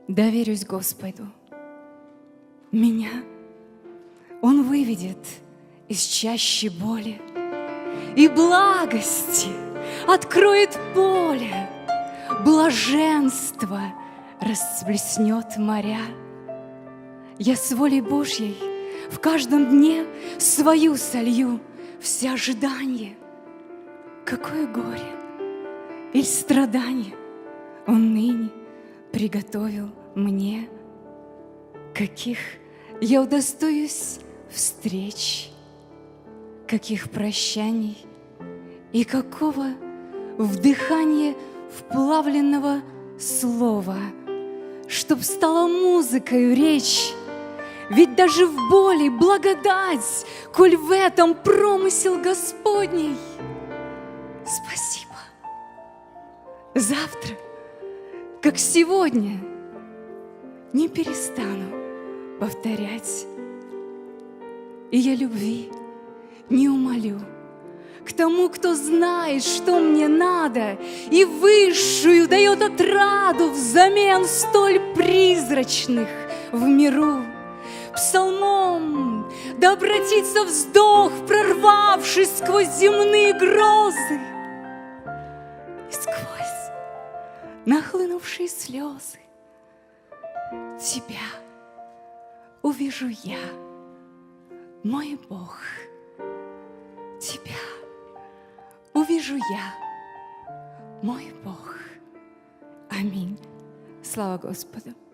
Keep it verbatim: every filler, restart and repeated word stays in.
доверюсь Господу. Меня Он выведет из чащи боли и благости откроет поле, блаженство расплеснет моря. Я с волей Божьей в каждом дне свою солью все ожидания. Какое горе или страдание Он ныне приготовил мне, каких я удостоюсь встреч, каких прощаний и какого вдыхания вплавленного слова, чтоб стала музыкою речь. Ведь даже в боли благодать, коль в этом промысел Господний. Спасибо. Завтра, как сегодня, не перестану повторять. И я любви не умолю к тому, кто знает, что мне надо, и высшую дает отраду взамен столь призрачных в миру. Псалмом да обратится вздох, прорвавшись сквозь земные грозы, и сквозь нахлынувшие слезы Тебя увижу я, мой Бог. Тебя увижу я, мой Бог. Аминь. Слава Господу.